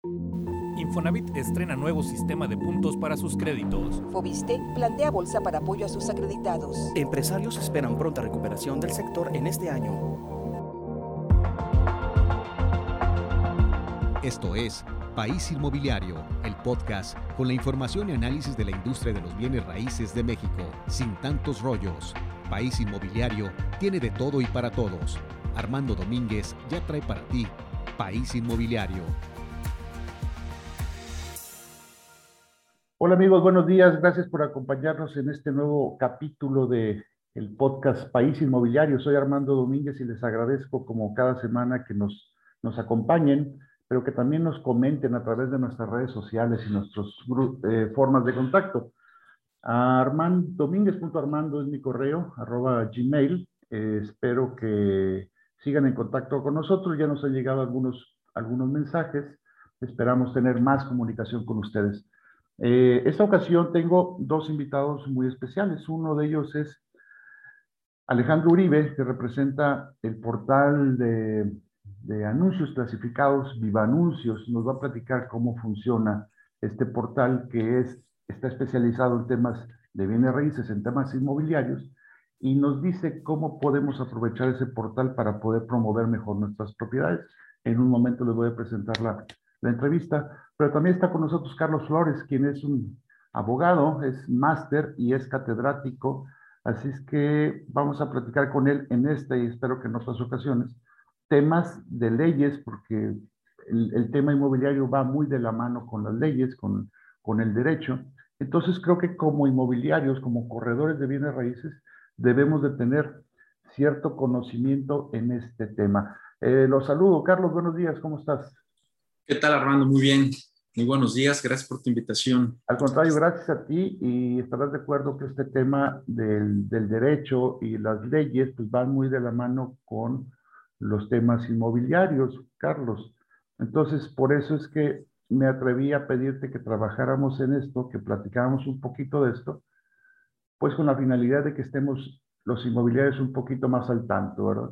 Infonavit estrena nuevo sistema de puntos para sus créditos. Foviste plantea bolsa para apoyo a sus acreditados. Empresarios esperan pronta recuperación del sector en este año. Esto es País Inmobiliario, el podcast con la información y análisis de la industria de los bienes raíces de México, sin tantos rollos. País Inmobiliario tiene de todo y para todos. Armando Domínguez ya trae para ti País Inmobiliario. Hola amigos, buenos días. Gracias por acompañarnos en este nuevo capítulo de el podcast País Inmobiliario. Soy Armando Domínguez y les agradezco como cada semana que nos acompañen, pero que también nos comenten a través de nuestras redes sociales y nuestras formas de contacto. Domínguez.armando es mi correo, @gmail. Espero que sigan en contacto con nosotros. Ya nos han llegado algunos mensajes. Esperamos tener más comunicación con ustedes. Esta ocasión tengo dos invitados muy especiales. Uno de ellos es Alejandro Uribe, que representa el portal de anuncios clasificados Viva Anuncios. Nos va a platicar cómo funciona este portal que está especializado en temas de bienes raíces, en temas inmobiliarios, y nos dice cómo podemos aprovechar ese portal para poder promover mejor nuestras propiedades. En un momento les voy a presentar la entrevista, pero también está con nosotros Carlos Flores, quien es un abogado, es máster y es catedrático, así es que vamos a platicar con él en esta y espero que en otras ocasiones, temas de leyes, porque el tema inmobiliario va muy de la mano con las leyes, con el derecho. Entonces creo que como inmobiliarios, como corredores de bienes raíces, debemos de tener cierto conocimiento en este tema. Los saludo. Carlos, buenos días, ¿cómo estás? ¿Qué tal, Armando? Muy bien. Muy buenos días. Gracias por tu invitación. Al contrario, gracias a ti, y estarás de acuerdo que este tema del derecho y las leyes pues van muy de la mano con los temas inmobiliarios, Carlos. Entonces, por eso es que me atreví a pedirte que trabajáramos en esto, que platicáramos un poquito de esto, pues con la finalidad de que estemos los inmobiliarios un poquito más al tanto, ¿verdad?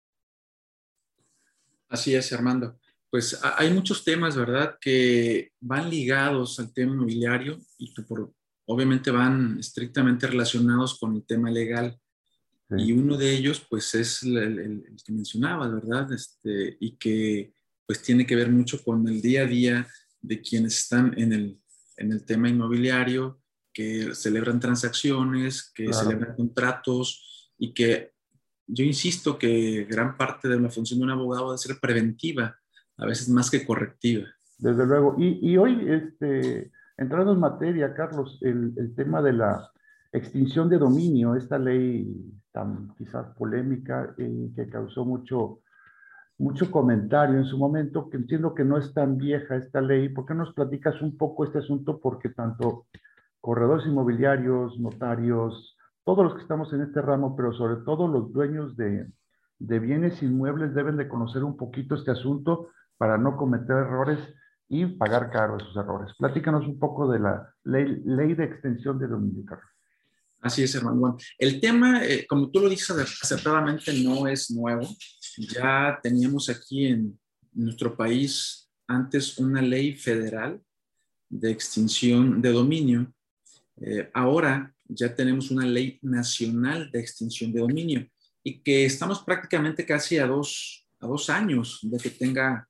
Así es, Armando. Pues hay muchos temas, ¿verdad?, que van ligados al tema inmobiliario y que obviamente van estrictamente relacionados con el tema legal. Sí. Y uno de ellos, pues, es el que mencionabas, ¿verdad? Y que, pues, tiene que ver mucho con el día a día de quienes están en el tema inmobiliario, que celebran transacciones, que Claro. celebran contratos y que yo insisto que gran parte de la función de un abogado debe ser preventiva, a veces más que correctiva. Desde luego. Y hoy, entrando en materia, Carlos, el tema de la extinción de dominio, esta ley tan quizás polémica, que causó mucho comentario en su momento, que entiendo que no es tan vieja esta ley. ¿Por qué nos platicas un poco este asunto? Porque tanto corredores inmobiliarios, notarios, todos los que estamos en este ramo, pero sobre todo los dueños de bienes inmuebles deben de conocer un poquito este asunto para no cometer errores y pagar caro esos errores. Platícanos un poco de la ley de extensión de dominio, Carlos. Así es, hermano. Bueno, el tema, como tú lo dices acertadamente, no es nuevo. Ya teníamos aquí en nuestro país antes una ley federal de extinción de dominio. Ahora ya tenemos una ley nacional de extinción de dominio y que estamos prácticamente casi a dos años de que tenga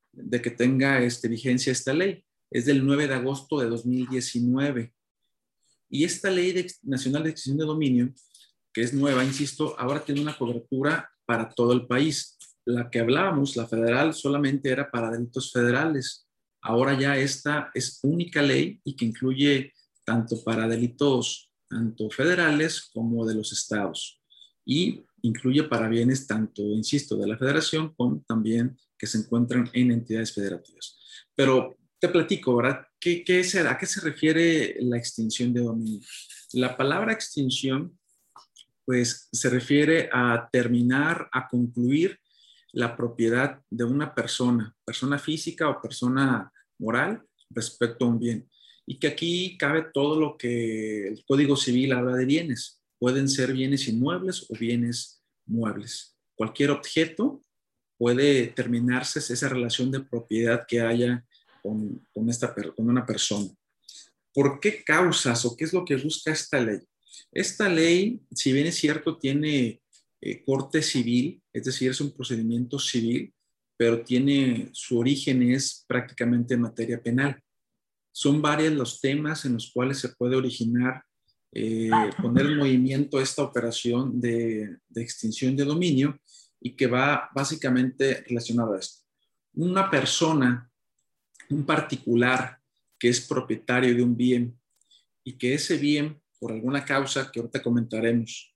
vigencia esta ley. Es del 9 de agosto de 2019. Y esta ley nacional de extinción de dominio, que es nueva, insisto, ahora tiene una cobertura para todo el país. La que hablábamos, la federal, solamente era para delitos federales. Ahora ya esta es única ley y que incluye tanto para delitos tanto federales como de los estados. Y incluye para bienes tanto, insisto, de la federación como también que se encuentran en entidades federativas. Pero te platico, ¿verdad? ¿A qué se refiere la extinción de dominio? La palabra extinción, pues, se refiere a terminar, a concluir la propiedad de una persona física o persona moral respecto a un bien. Y que aquí cabe todo lo que el Código Civil habla de bienes. Pueden ser bienes inmuebles o bienes muebles. Cualquier objeto puede terminarse esa relación de propiedad que haya con una persona. ¿Por qué causas o qué es lo que busca esta ley? Esta ley, si bien es cierto, tiene corte civil, es decir, es un procedimiento civil, pero su origen es prácticamente en materia penal. Son varios los temas en los cuales se puede originar, poner en movimiento esta operación de extinción de dominio y que va básicamente relacionado a esto. Una persona, un particular que es propietario de un bien y que ese bien, por alguna causa que ahorita comentaremos,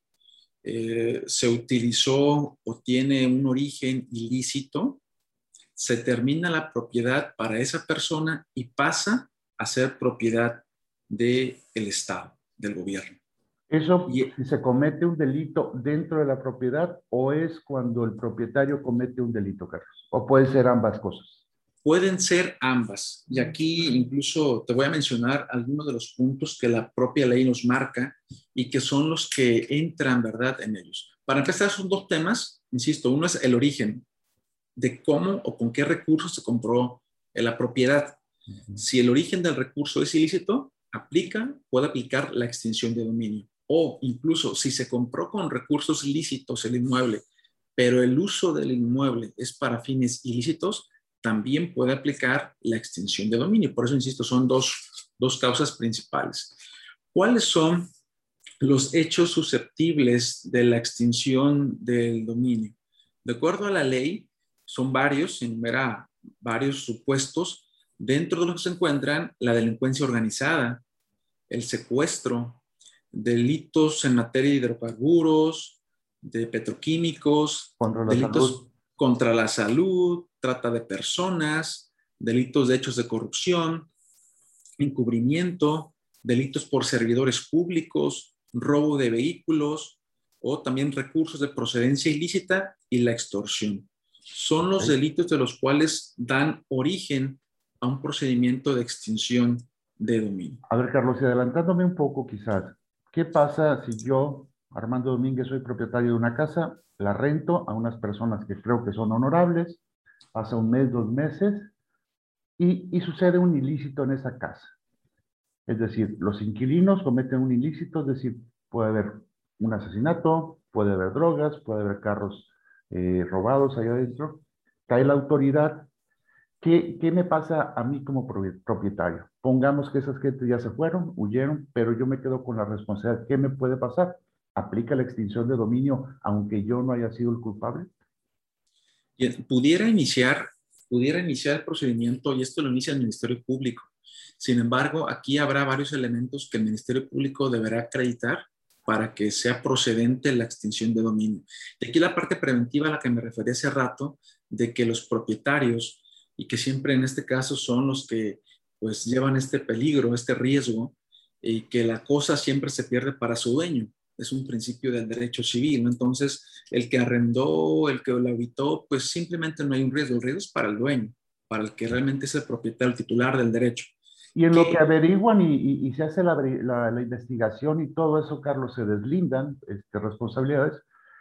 se utilizó o tiene un origen ilícito, se termina la propiedad para esa persona y pasa a ser propiedad del Estado, del gobierno. ¿Eso si se comete un delito dentro de la propiedad o es cuando el propietario comete un delito, Carlos? ¿O puede ser ambas cosas? Pueden ser ambas. Y aquí incluso te voy a mencionar algunos de los puntos que la propia ley nos marca y que son los que entran, ¿verdad?, en ellos. Para empezar, son dos temas, insisto. Uno es el origen de cómo o con qué recursos se compró la propiedad. Si el origen del recurso es ilícito, puede aplicar la extinción de dominio. O incluso si se compró con recursos lícitos el inmueble, pero el uso del inmueble es para fines ilícitos, también puede aplicar la extinción de dominio. Por eso, insisto, son dos causas principales. ¿Cuáles son los hechos susceptibles de la extinción del dominio? De acuerdo a la ley, son varios, se enumera varios supuestos, dentro de los que se encuentran la delincuencia organizada, el secuestro, delitos en materia de hidrocarburos, de petroquímicos, delitos contra la salud, trata de personas, delitos de hechos de corrupción, encubrimiento, delitos por servidores públicos, robo de vehículos o también recursos de procedencia ilícita y la extorsión. Son los delitos de los cuales dan origen a un procedimiento de extinción de dominio. A ver, Carlos, y adelantándome un poco quizás, ¿qué pasa si yo, Armando Domínguez, soy propietario de una casa, la rento a unas personas que creo que son honorables, pasa un mes, 2 meses, y sucede un ilícito en esa casa? Es decir, los inquilinos cometen un ilícito, es decir, puede haber un asesinato, puede haber drogas, puede haber carros robados allá adentro, cae la autoridad. ¿Qué me pasa a mí como propietario? Pongamos que esas gentes ya se fueron, huyeron, pero yo me quedo con la responsabilidad. ¿Qué me puede pasar? ¿Aplica la extinción de dominio aunque yo no haya sido el culpable? Pudiera iniciar el procedimiento, y esto lo inicia el Ministerio Público. Sin embargo, aquí habrá varios elementos que el Ministerio Público deberá acreditar para que sea procedente la extinción de dominio. Y aquí la parte preventiva a la que me referí hace rato, de que los propietarios, y que siempre en este caso son los que pues llevan este peligro, este riesgo, y que la cosa siempre se pierde para su dueño. Es un principio del derecho civil, ¿no? Entonces, el que arrendó, el que lo habitó, pues simplemente no hay un riesgo. El riesgo es para el dueño, para el que realmente es el propietario, el titular del derecho. Y en lo que averiguan y se hace la investigación y todo eso, Carlos, se deslindan responsabilidades,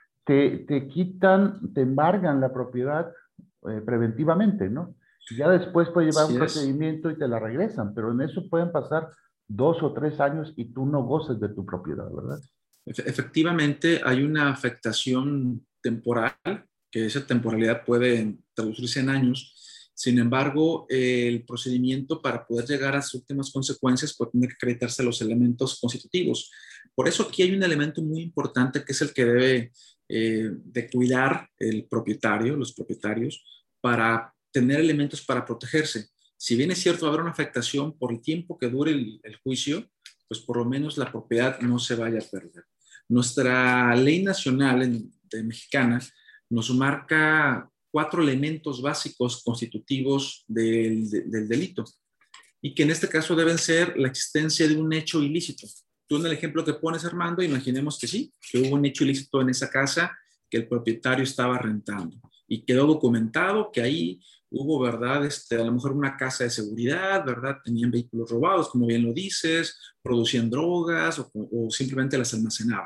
te quitan, te embargan la propiedad preventivamente, ¿no? Ya después puede llevar un procedimiento y te la regresan, pero en eso pueden pasar 2 o 3 años y tú no goces de tu propiedad, ¿verdad? Efectivamente, hay una afectación temporal, que esa temporalidad puede traducirse en años. Sin embargo, el procedimiento para poder llegar a sus últimas consecuencias puede tener que acreditarse los elementos constitutivos. Por eso aquí hay un elemento muy importante que es el que debe de cuidar el propietario, los propietarios, para tener elementos para protegerse. Si bien es cierto, va a haber una afectación por el tiempo que dure el juicio, pues por lo menos la propiedad no se vaya a perder. Nuestra ley nacional mexicana nos marca 4 elementos básicos constitutivos del delito y que en este caso deben ser la existencia de un hecho ilícito. Tú en el ejemplo que pones, Armando, imaginemos que sí, que hubo un hecho ilícito en esa casa que el propietario estaba rentando y quedó documentado que ahí hubo, ¿verdad? A lo mejor una casa de seguridad, ¿verdad? Tenían vehículos robados, como bien lo dices, producían drogas o simplemente las almacenaban.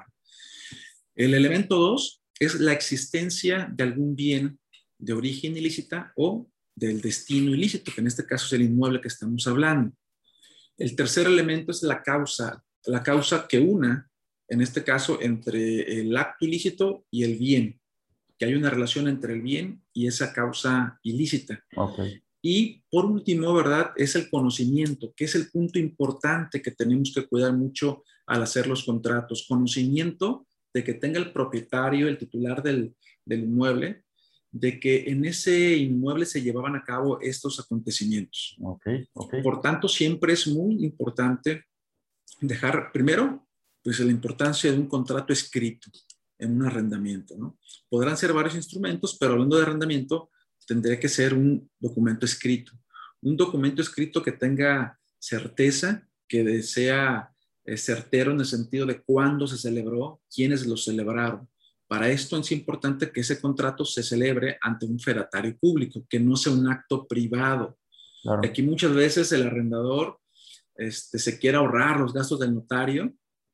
El elemento 2 es la existencia de algún bien de origen ilícita o del destino ilícito, que en este caso es el inmueble que estamos hablando. El tercer elemento es la causa que una, en este caso, entre el acto ilícito y el bien, que hay una relación entre el bien y esa causa ilícita. Okay. Y por último, ¿verdad? Es el conocimiento, que es el punto importante que tenemos que cuidar mucho al hacer los contratos. Conocimiento de que tenga el propietario, el titular del inmueble, de que en ese inmueble se llevaban a cabo estos acontecimientos. Okay. Por tanto, siempre es muy importante dejar, primero, pues la importancia de un contrato escrito en un arrendamiento, ¿no? Podrán ser varios instrumentos, pero hablando de arrendamiento, tendría que ser un documento escrito. Un documento escrito que tenga certeza, que sea certero en el sentido de cuándo se celebró, quiénes lo celebraron. Para esto es importante que ese contrato se celebre ante un fedatario público, que no sea un acto privado. Claro. Aquí muchas veces el arrendador se quiere ahorrar los gastos del notario.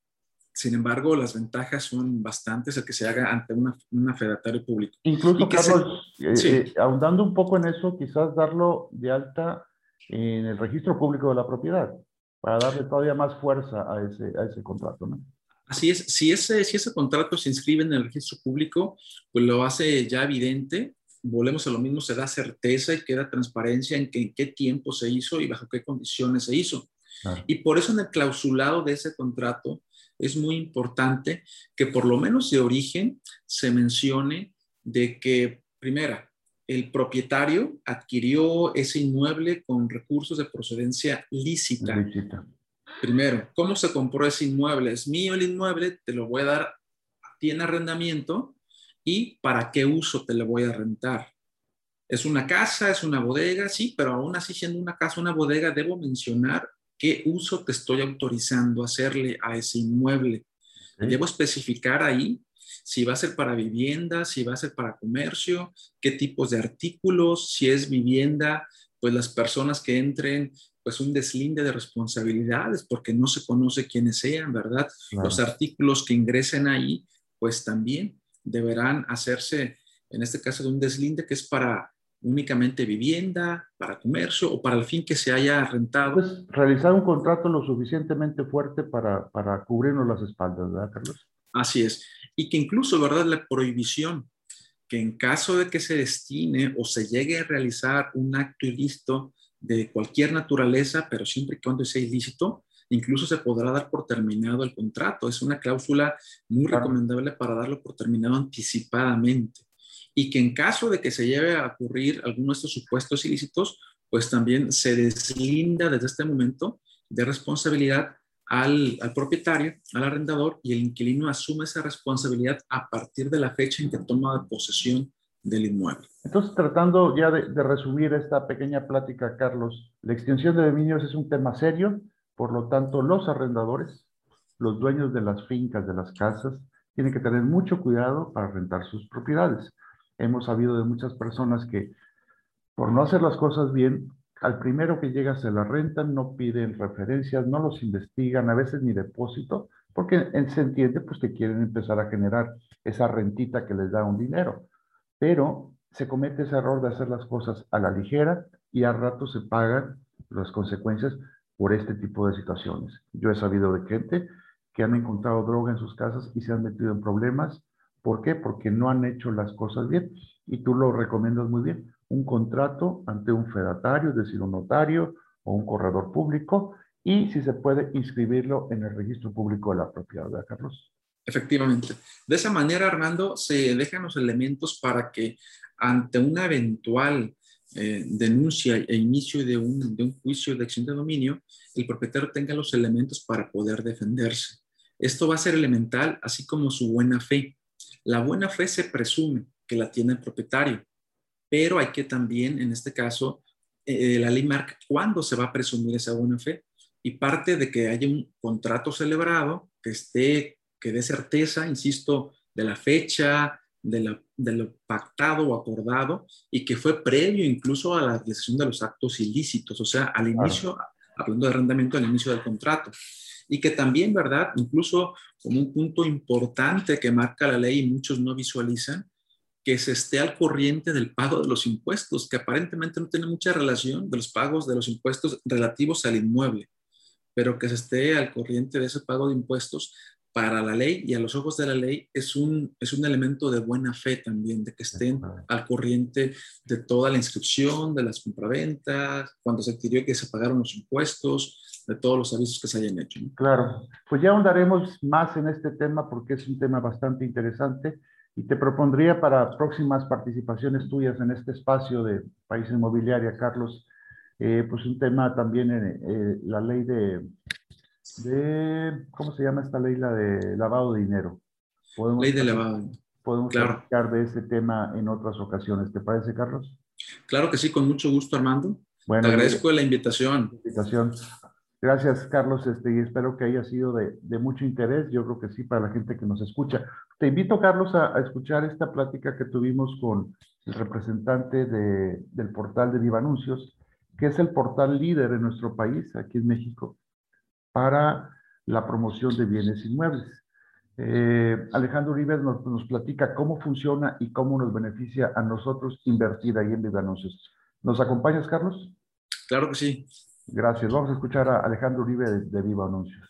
Sin embargo, las ventajas son bastantes el que se haga ante una fedatario público. Incluso, Carlos, sí. ahondando un poco en eso, quizás darlo de alta en el registro público de la propiedad, para darle todavía más fuerza a ese contrato, ¿no? Así es. Si ese contrato se inscribe en el registro público, pues lo hace ya evidente. Volvemos a lo mismo, se da certeza y queda transparencia en qué tiempo se hizo y bajo qué condiciones se hizo. Claro. Y por eso en el clausulado de ese contrato es muy importante que por lo menos de origen se mencione de que, primera, el propietario adquirió ese inmueble con recursos de procedencia lícita. Lícita. Primero, ¿cómo se compró ese inmueble? Es mío el inmueble, te lo voy a dar a ti en arrendamiento y ¿para qué uso te lo voy a rentar? ¿Es una casa? ¿Es una bodega? Sí, pero aún así siendo una casa, una bodega, debo mencionar qué uso te estoy autorizando a hacerle a ese inmueble. Okay. Debo especificar ahí si va a ser para vivienda, si va a ser para comercio, qué tipos de artículos, si es vivienda, pues las personas que entren, pues un deslinde de responsabilidades, porque no se conoce quiénes sean, ¿verdad? Claro. Los artículos que ingresen ahí, pues también deberán hacerse, en este caso, de un deslinde que es para únicamente vivienda, para comercio o para el fin que se haya rentado. Pues realizar un contrato lo suficientemente fuerte para cubrirnos las espaldas, ¿verdad, Carlos? Así es. Y que incluso, ¿verdad? La prohibición, que en caso de que se destine o se llegue a realizar un acto ilícito de cualquier naturaleza, pero siempre y cuando sea ilícito, incluso se podrá dar por terminado el contrato. Es una cláusula muy recomendable para darlo por terminado anticipadamente. Y que en caso de que se lleve a ocurrir alguno de estos supuestos ilícitos, pues también se deslinda desde este momento de responsabilidad al propietario, al arrendador, y el inquilino asume esa responsabilidad a partir de la fecha en que toma posesión del inmueble. Entonces, tratando ya de resumir esta pequeña plática, Carlos, la extinción de dominios es un tema serio, por lo tanto, los arrendadores, los dueños de las fincas, de las casas, tienen que tener mucho cuidado para rentar sus propiedades. Hemos sabido de muchas personas que, por no hacer las cosas bien, al primero que llega se la rentan, no piden referencias, no los investigan, a veces ni depósito, porque se entiende pues que quieren empezar a generar esa rentita que les da un dinero. Pero se comete ese error de hacer las cosas a la ligera y al rato se pagan las consecuencias por este tipo de situaciones. Yo he sabido de gente que han encontrado droga en sus casas y se han metido en problemas. ¿Por qué? Porque no han hecho las cosas bien. Y tú lo recomiendas muy bien. Un contrato ante un fedatario, es decir, un notario o un corredor público, y si se puede inscribirlo en el registro público de la propiedad, ¿verdad, Carlos? Efectivamente. De esa manera, Armando, se dejan los elementos para que ante una eventual denuncia e inicio de un juicio de extinción de dominio, el propietario tenga los elementos para poder defenderse. Esto va a ser elemental, así como su buena fe. La buena fe se presume que la tiene el propietario, pero hay que también, en este caso, la ley marca cuándo se va a presumir esa buena fe, y parte de que haya un contrato celebrado que dé certeza, insisto, de la fecha, de lo pactado o acordado, y que fue previo incluso a la realización de los actos ilícitos, o sea, al inicio, hablando de arrendamiento, al inicio del contrato. Y que también, ¿verdad? Incluso como un punto importante que marca la ley y muchos no visualizan, que se esté al corriente del pago de los impuestos, que aparentemente no tiene mucha relación de los pagos de los impuestos relativos al inmueble, pero que se esté al corriente de ese pago de impuestos para la ley y a los ojos de la ley es un elemento de buena fe también, de que estén al corriente de toda la inscripción, de las compraventas, cuando se adquirió que se pagaron los impuestos, de todos los avisos que se hayan hecho, ¿no? Claro, pues ya ahondaremos más en este tema porque es un tema bastante interesante y te propondría para próximas participaciones tuyas en este espacio de País Inmobiliaria, Carlos, pues un tema también, la ley ¿cómo se llama esta ley? La de lavado de dinero. Ley de lavado. Podemos Claro. platicar de ese tema en otras ocasiones. ¿Te parece, Carlos? Claro que sí, con mucho gusto, Armando. Bueno, te agradezco la invitación. Gracias, Carlos, y espero que haya sido de mucho interés. Yo creo que sí, para la gente que nos escucha. Te invito, Carlos, a escuchar esta plática que tuvimos con el representante del portal de Viva Anuncios, que es el portal líder en nuestro país, aquí en México, para la promoción de bienes inmuebles. Alejandro Uribe nos platica cómo funciona y cómo nos beneficia a nosotros invertir ahí en Viva Anuncios. ¿Nos acompañas, Carlos? Claro que sí. Gracias. Vamos a escuchar a Alejandro Uribe de Viva Anuncios.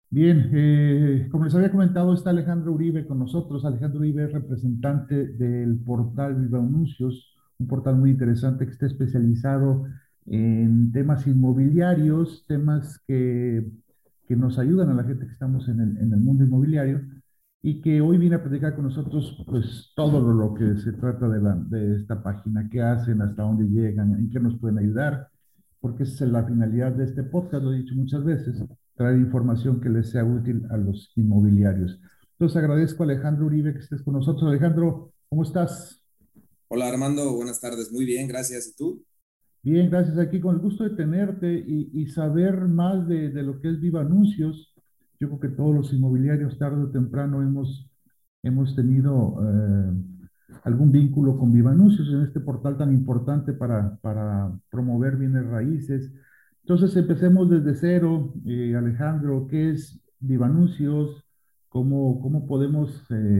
Bien, como les había comentado, está Alejandro Uribe con nosotros. Alejandro Uribe es representante del portal Viva Anuncios, un portal muy interesante que está especializado en temas inmobiliarios, temas que nos ayudan a la gente que estamos en el mundo inmobiliario y que hoy viene a platicar con nosotros pues todo lo que se trata de esta página, qué hacen, hasta dónde llegan, en qué nos pueden ayudar, porque esa es la finalidad de este podcast, lo he dicho muchas veces, traer información que les sea útil a los inmobiliarios. Entonces agradezco a Alejandro Uribe que estés con nosotros. Alejandro, ¿cómo estás? Hola Armando, buenas tardes, muy bien, gracias. ¿Y tú? Bien, gracias. Aquí con el gusto de tenerte y saber más de lo que es Viva Anuncios. Yo creo que todos los inmobiliarios tarde o temprano hemos tenido algún vínculo con Viva Anuncios en este portal tan importante para promover bienes raíces. Entonces empecemos desde cero. Alejandro, ¿qué es Viva Anuncios? ¿Cómo podemos,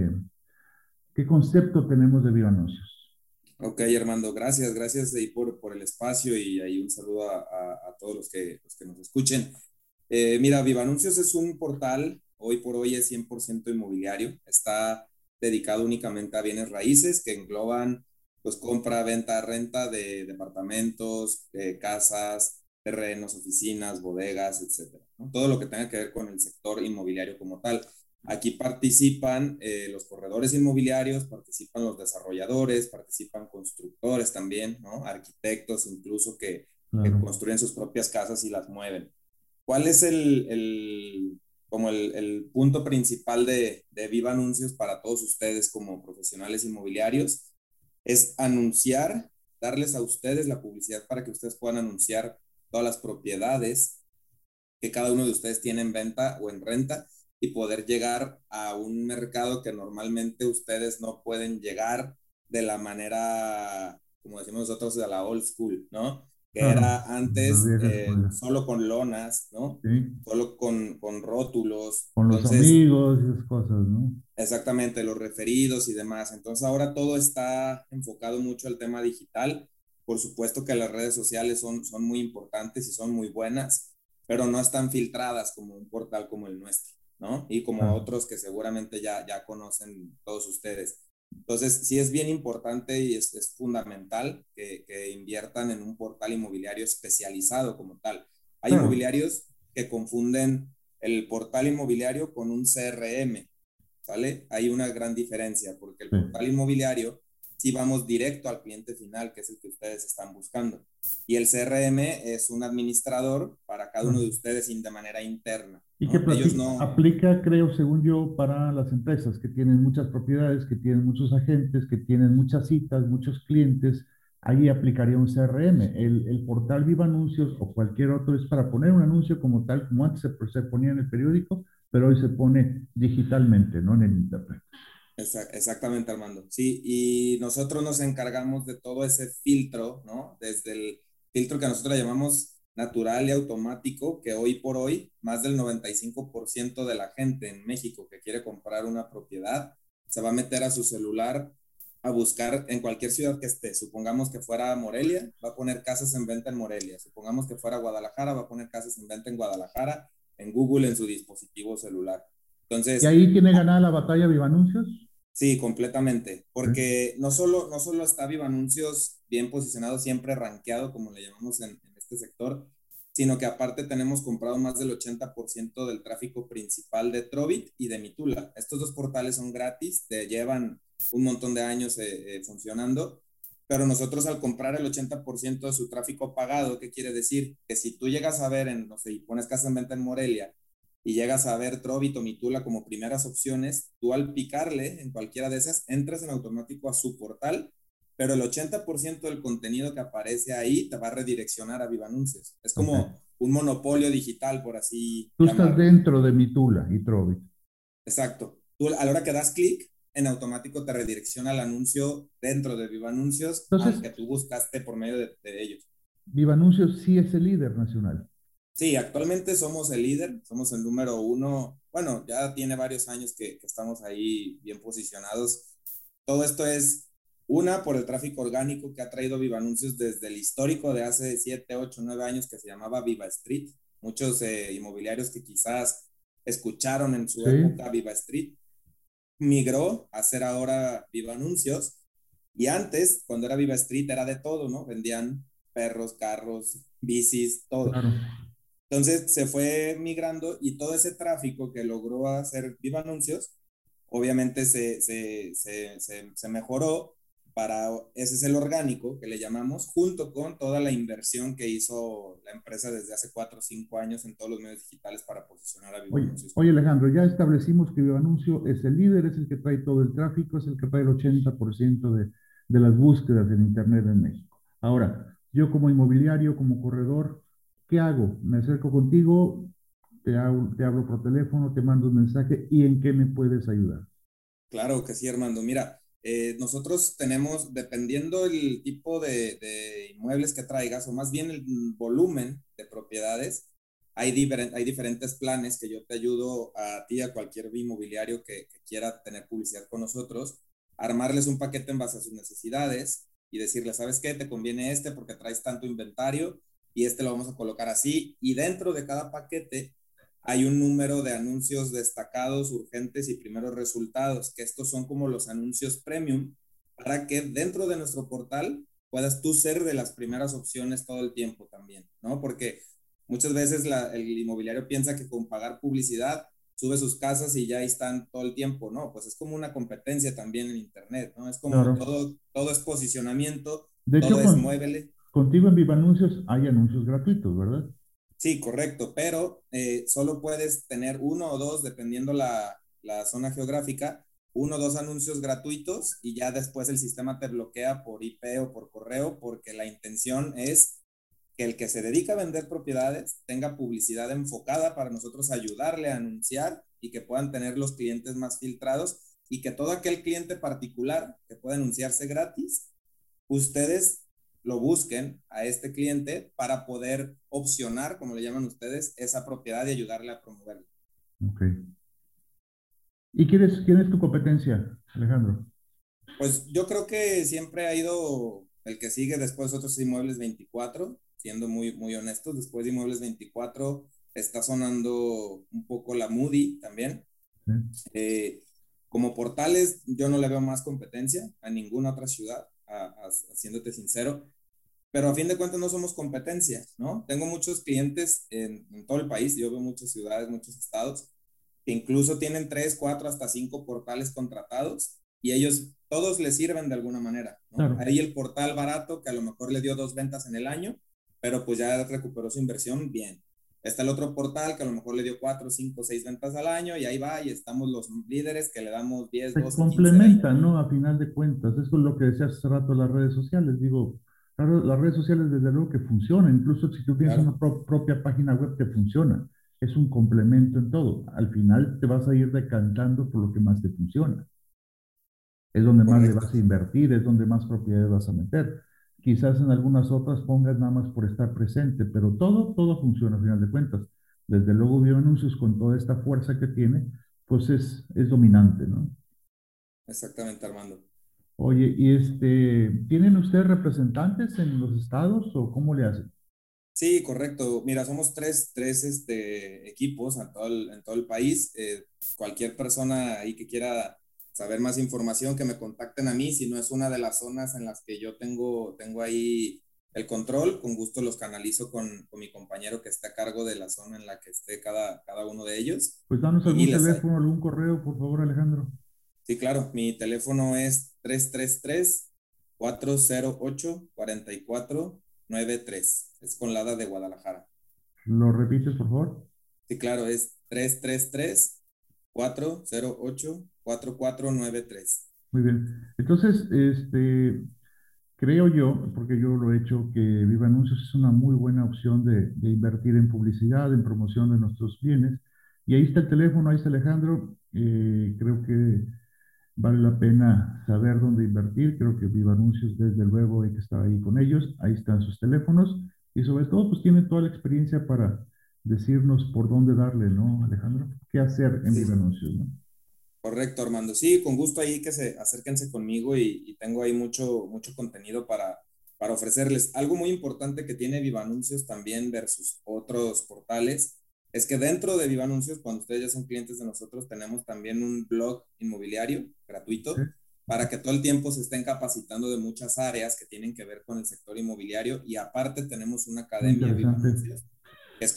qué concepto tenemos de Viva Anuncios? Ok, Armando, gracias ahí por el espacio y ahí un saludo a todos los que nos escuchen. Mira, Viva Anuncios es un portal, hoy por hoy es 100% inmobiliario, está dedicado únicamente a bienes raíces que engloban pues compra, venta, renta de departamentos, casas, terrenos, oficinas, bodegas, etcétera, ¿no? Todo lo que tenga que ver con el sector inmobiliario como tal. Aquí participan los corredores inmobiliarios, participan los desarrolladores, participan constructores también, ¿no? Arquitectos incluso que construyen sus propias casas y las mueven. ¿Cuál es el punto principal de Viva Anuncios para todos ustedes como profesionales inmobiliarios? Es anunciar, darles a ustedes la publicidad para que ustedes puedan anunciar todas las propiedades que cada uno de ustedes tiene en venta o en renta y poder llegar a un mercado que normalmente ustedes no pueden llegar de la manera, como decimos nosotros, de la old school, ¿no? Que era antes solo con lonas, ¿no? Sí. Solo con rótulos. Con los amigos y esas cosas, ¿no? Exactamente, los referidos y demás. Entonces ahora todo está enfocado mucho al tema digital. Por supuesto que las redes sociales son muy importantes y son muy buenas, pero no están filtradas como un portal como el nuestro, ¿no? Y como otros que seguramente ya conocen todos ustedes. Entonces, sí es bien importante y es fundamental que inviertan en un portal inmobiliario especializado como tal. Hay inmobiliarios que confunden el portal inmobiliario con un CRM, ¿vale? Hay una gran diferencia porque el portal inmobiliario sí vamos directo al cliente final, que es el que ustedes están buscando. Y el CRM es un administrador para cada uno de ustedes de manera interna, y ¿no? que Ellos no... aplica, creo, según yo, para las empresas que tienen muchas propiedades, que tienen muchos agentes, que tienen muchas citas, muchos clientes. Ahí aplicaría un CRM. El portal Viva Anuncios o cualquier otro es para poner un anuncio como tal, como antes se ponía en el periódico, pero hoy se pone digitalmente, ¿no? En el internet. Exactamente, Armando. Sí, y nosotros nos encargamos de todo ese filtro, ¿no? Desde el filtro que nosotros llamamos natural y automático, que hoy por hoy más del 95% de la gente en México que quiere comprar una propiedad se va a meter a su celular a buscar en cualquier ciudad que esté. Supongamos que fuera Morelia, va a poner casas en venta en Morelia. Supongamos que fuera Guadalajara, va a poner casas en venta en Guadalajara, en Google, en su dispositivo celular. Entonces, ¿Y ahí tiene ganada la batalla Viva Anuncios? sí, completamente, porque no solo está Viva Anuncios bien posicionado, siempre rankeado, como le llamamos en este sector, sino que aparte tenemos comprado más del 80% del tráfico principal de Trovit y de Mitula. Estos dos portales son gratis, te llevan un montón de años funcionando, pero nosotros al comprar el 80% de su tráfico pagado, ¿qué quiere decir? Que si tú llegas a ver, no sé, y pones casa en venta en Morelia, y llegas a ver Trovit o Mitula como primeras opciones, tú al picarle en cualquiera de esas, entras en automático a su portal, pero el 80% del contenido que aparece ahí te va a redireccionar a Viva Anuncios. Es como un monopolio digital, por así Tú llamarlo. estás dentro de Mitula y Trovit. Exacto. Tú a la hora que das clic, en automático te redirecciona el anuncio dentro de Viva Anuncios, Entonces, aunque tú buscaste por medio de ellos. Viva Anuncios sí es el líder nacional. Sí, actualmente somos el líder, somos el número uno. Bueno, ya tiene varios años que estamos ahí bien posicionados. Todo esto es por el tráfico orgánico que ha traído Viva Anuncios desde el histórico de hace 7, 8, 9 años que se llamaba Viva Street. Muchos inmobiliarios que quizás escucharon en su época Viva Street migró a ser ahora Viva Anuncios. Y antes, cuando era Viva Street, era de todo, ¿no? Vendían perros, carros, bicis, todo. Claro. Entonces se fue migrando y todo ese tráfico que logró hacer Viva Anuncios, obviamente se mejoró para, ese es el orgánico que le llamamos, junto con toda la inversión que hizo la empresa desde hace 4 o 5 años en todos los medios digitales para posicionar a Viva Anuncios. Oye, Alejandro, ya establecimos que Viva Anuncio es el líder, es el que trae todo el tráfico, es el que trae el 80% de las búsquedas en Internet en México. Ahora, yo como inmobiliario, como corredor, ¿qué hago? Me acerco contigo, te hablo por teléfono, te mando un mensaje, ¿y en qué me puedes ayudar? Claro que sí, Armando. Mira, nosotros tenemos, dependiendo el tipo de inmuebles que traigas, o más bien el volumen de propiedades, hay diferentes planes que yo te ayudo a ti, a cualquier inmobiliario que quiera tener publicidad con nosotros, armarles un paquete en base a sus necesidades y decirles, ¿sabes qué? Te conviene este porque traes tanto inventario y este lo vamos a colocar así. Y dentro de cada paquete hay un número de anuncios destacados, urgentes y primeros resultados, que estos son como los anuncios premium, para que dentro de nuestro portal puedas tú ser de las primeras opciones todo el tiempo también, ¿no? Porque muchas veces el inmobiliario piensa que con pagar publicidad sube sus casas y ya están todo el tiempo, ¿no? Pues es como una competencia también en Internet, ¿no? Es como Claro. todo es posicionamiento, De todo hecho, es muévele. contigo en Viva Anuncios hay anuncios gratuitos, ¿verdad? Sí, correcto, pero solo puedes tener uno o dos, dependiendo la zona geográfica, uno o dos anuncios gratuitos y ya después el sistema te bloquea por IP o por correo porque la intención es que el que se dedica a vender propiedades tenga publicidad enfocada para nosotros ayudarle a anunciar y que puedan tener los clientes más filtrados y que todo aquel cliente particular que pueda anunciarse gratis, ustedes lo busquen a este cliente para poder opcionar, como le llaman ustedes, esa propiedad y ayudarle a promoverla. Ok. ¿Y quién es tu competencia, Alejandro? Pues yo creo que siempre ha ido el que sigue después otros Inmuebles 24, siendo muy honestos. Después de Inmuebles 24 está sonando un poco la Moody también. Sí. Como portales, yo no le veo más competencia a ninguna otra ciudad, haciéndote sincero. Pero a fin de cuentas no somos competencia, ¿no? Tengo muchos clientes en todo el país, yo veo muchas ciudades, muchos estados, que incluso tienen 3, 4, hasta 5 portales contratados y ellos, todos les sirven de alguna manera, ¿no? Claro. Hay el portal barato que a lo mejor le dio 2 ventas en el año, pero pues ya recuperó su inversión bien. Está el otro portal que a lo mejor le dio 4, 5, 6 ventas al año y ahí va y estamos los líderes que le damos 10, Se 12, 15, 20. complementan, ¿no? A final de cuentas. Eso es lo que decías hace rato, las redes sociales. Digo, claro, las redes sociales desde luego que funcionan. Incluso si tú tienes una propia página web que funciona. Es un complemento en todo. Al final te vas a ir decantando por lo que más te funciona. Es donde más le vas a invertir, es donde más propiedades vas a meter. Quizás en algunas otras pongas nada más por estar presente, pero todo funciona a final de cuentas. Desde luego, Viva Anuncios con toda esta fuerza que tiene, pues es dominante, ¿no? Exactamente, Armando. Oye, ¿tienen ustedes representantes en los estados o cómo le hacen? Sí, correcto. Mira, somos tres equipos en todo el país. Cualquier persona ahí que quiera saber más información, que me contacten a mí. Si no es una de las zonas en las que yo tengo ahí el control, con gusto los canalizo con mi compañero que está a cargo de la zona en la que esté cada uno de ellos. Pues danos Y algún les, teléfono, algún correo, por favor, Alejandro. sí, claro, mi teléfono es 333-408-4493. Es con la ADA de Guadalajara. ¿Lo repites, por favor? Sí, claro, es 333-408-4493. Muy bien. Entonces, creo yo, porque yo lo he hecho, que Viva Anuncios es una muy buena opción de invertir en publicidad, en promoción de nuestros bienes. Y ahí está el teléfono, ahí está Alejandro. Creo que vale la pena saber dónde invertir. Creo que Viva Anuncios, desde luego, hay que estar ahí con ellos. Ahí están sus teléfonos. Y sobre todo, pues tienen toda la experiencia para decirnos por dónde darle, ¿no, Alejandro? ¿Qué hacer en Viva Sí, Anuncios, no? correcto, Armando. Sí, con gusto ahí que se acérquense conmigo y tengo ahí mucho contenido para ofrecerles. Algo muy importante que tiene Viva Anuncios también versus otros portales es que dentro de Viva Anuncios, cuando ustedes ya son clientes de nosotros, tenemos también un blog inmobiliario Sí, gratuito para que todo el tiempo se estén capacitando de muchas áreas que tienen que ver con el sector inmobiliario y aparte tenemos una muy academia Viva interesante. Anuncios que es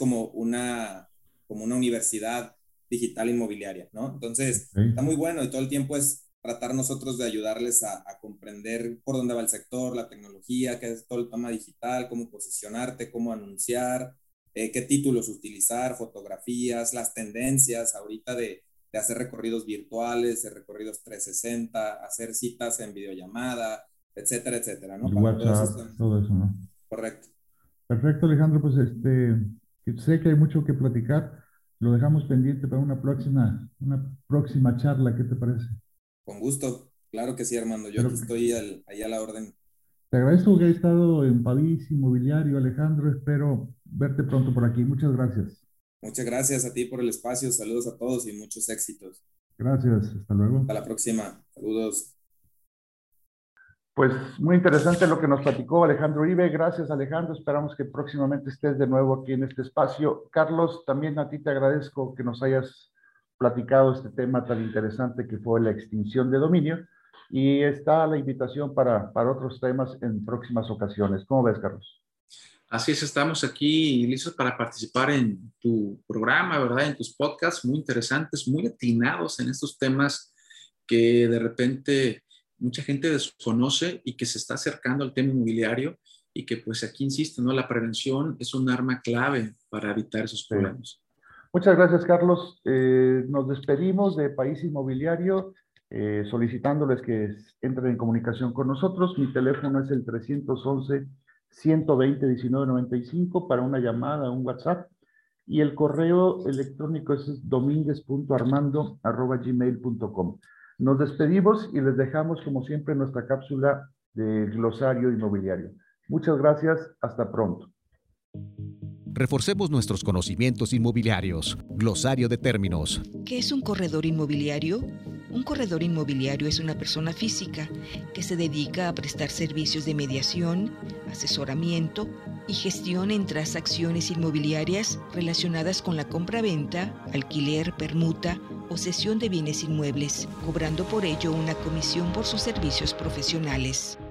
como una universidad digital inmobiliaria, ¿no? Entonces, está Ok. muy bueno y todo el tiempo es tratar nosotros de ayudarles a comprender por dónde va el sector, la tecnología, qué es todo el tema digital, cómo posicionarte, cómo anunciar, qué títulos utilizar, fotografías, las tendencias ahorita de hacer recorridos virtuales, de recorridos 360, hacer citas en videollamada, etcétera, etcétera, ¿no? El Para todos WhatsApp, estos, todo eso, ¿no? correcto. Perfecto, Alejandro, pues que sé que hay mucho que platicar. Lo dejamos pendiente para una próxima charla. ¿Qué te parece? Con gusto, claro que sí, Armando. Yo Pero aquí estoy ahí a la orden. te agradezco que hayas estado en País Inmobiliario, Alejandro. Espero verte pronto por aquí. Muchas gracias. Muchas gracias a ti por el espacio. Saludos a todos y muchos éxitos. Gracias. Hasta luego. Hasta la próxima. Saludos. Pues muy interesante lo que nos platicó Alejandro Uribe. Gracias, Alejandro. Esperamos que próximamente estés de nuevo aquí en este espacio. Carlos, también a ti te agradezco que nos hayas platicado este tema tan interesante que fue la extinción de dominio. Y está la invitación para otros temas en próximas ocasiones. ¿Cómo ves, Carlos? Así es, estamos aquí listos para participar en tu programa, ¿verdad? En tus podcasts muy interesantes, muy atinados en estos temas que de repente mucha gente desconoce y que se está acercando al tema inmobiliario y que pues aquí insisto, ¿no? La prevención es un arma clave para evitar esos Sí. problemas. Muchas gracias, Carlos. Nos despedimos de País Inmobiliario, solicitándoles que entren en comunicación con nosotros. Mi teléfono es el 311-120-1995 para una llamada, un WhatsApp. Y el correo electrónico es dominguez.armando@gmail.com. Nos despedimos y les dejamos, como siempre, nuestra cápsula de glosario inmobiliario. Muchas gracias. Hasta pronto. Reforcemos nuestros conocimientos inmobiliarios. Glosario de términos. ¿Qué es un corredor inmobiliario? Un corredor inmobiliario es una persona física que se dedica a prestar servicios de mediación, asesoramiento y gestión en transacciones inmobiliarias relacionadas con la compra-venta, alquiler, permuta o cesión de bienes inmuebles, cobrando por ello una comisión por sus servicios profesionales.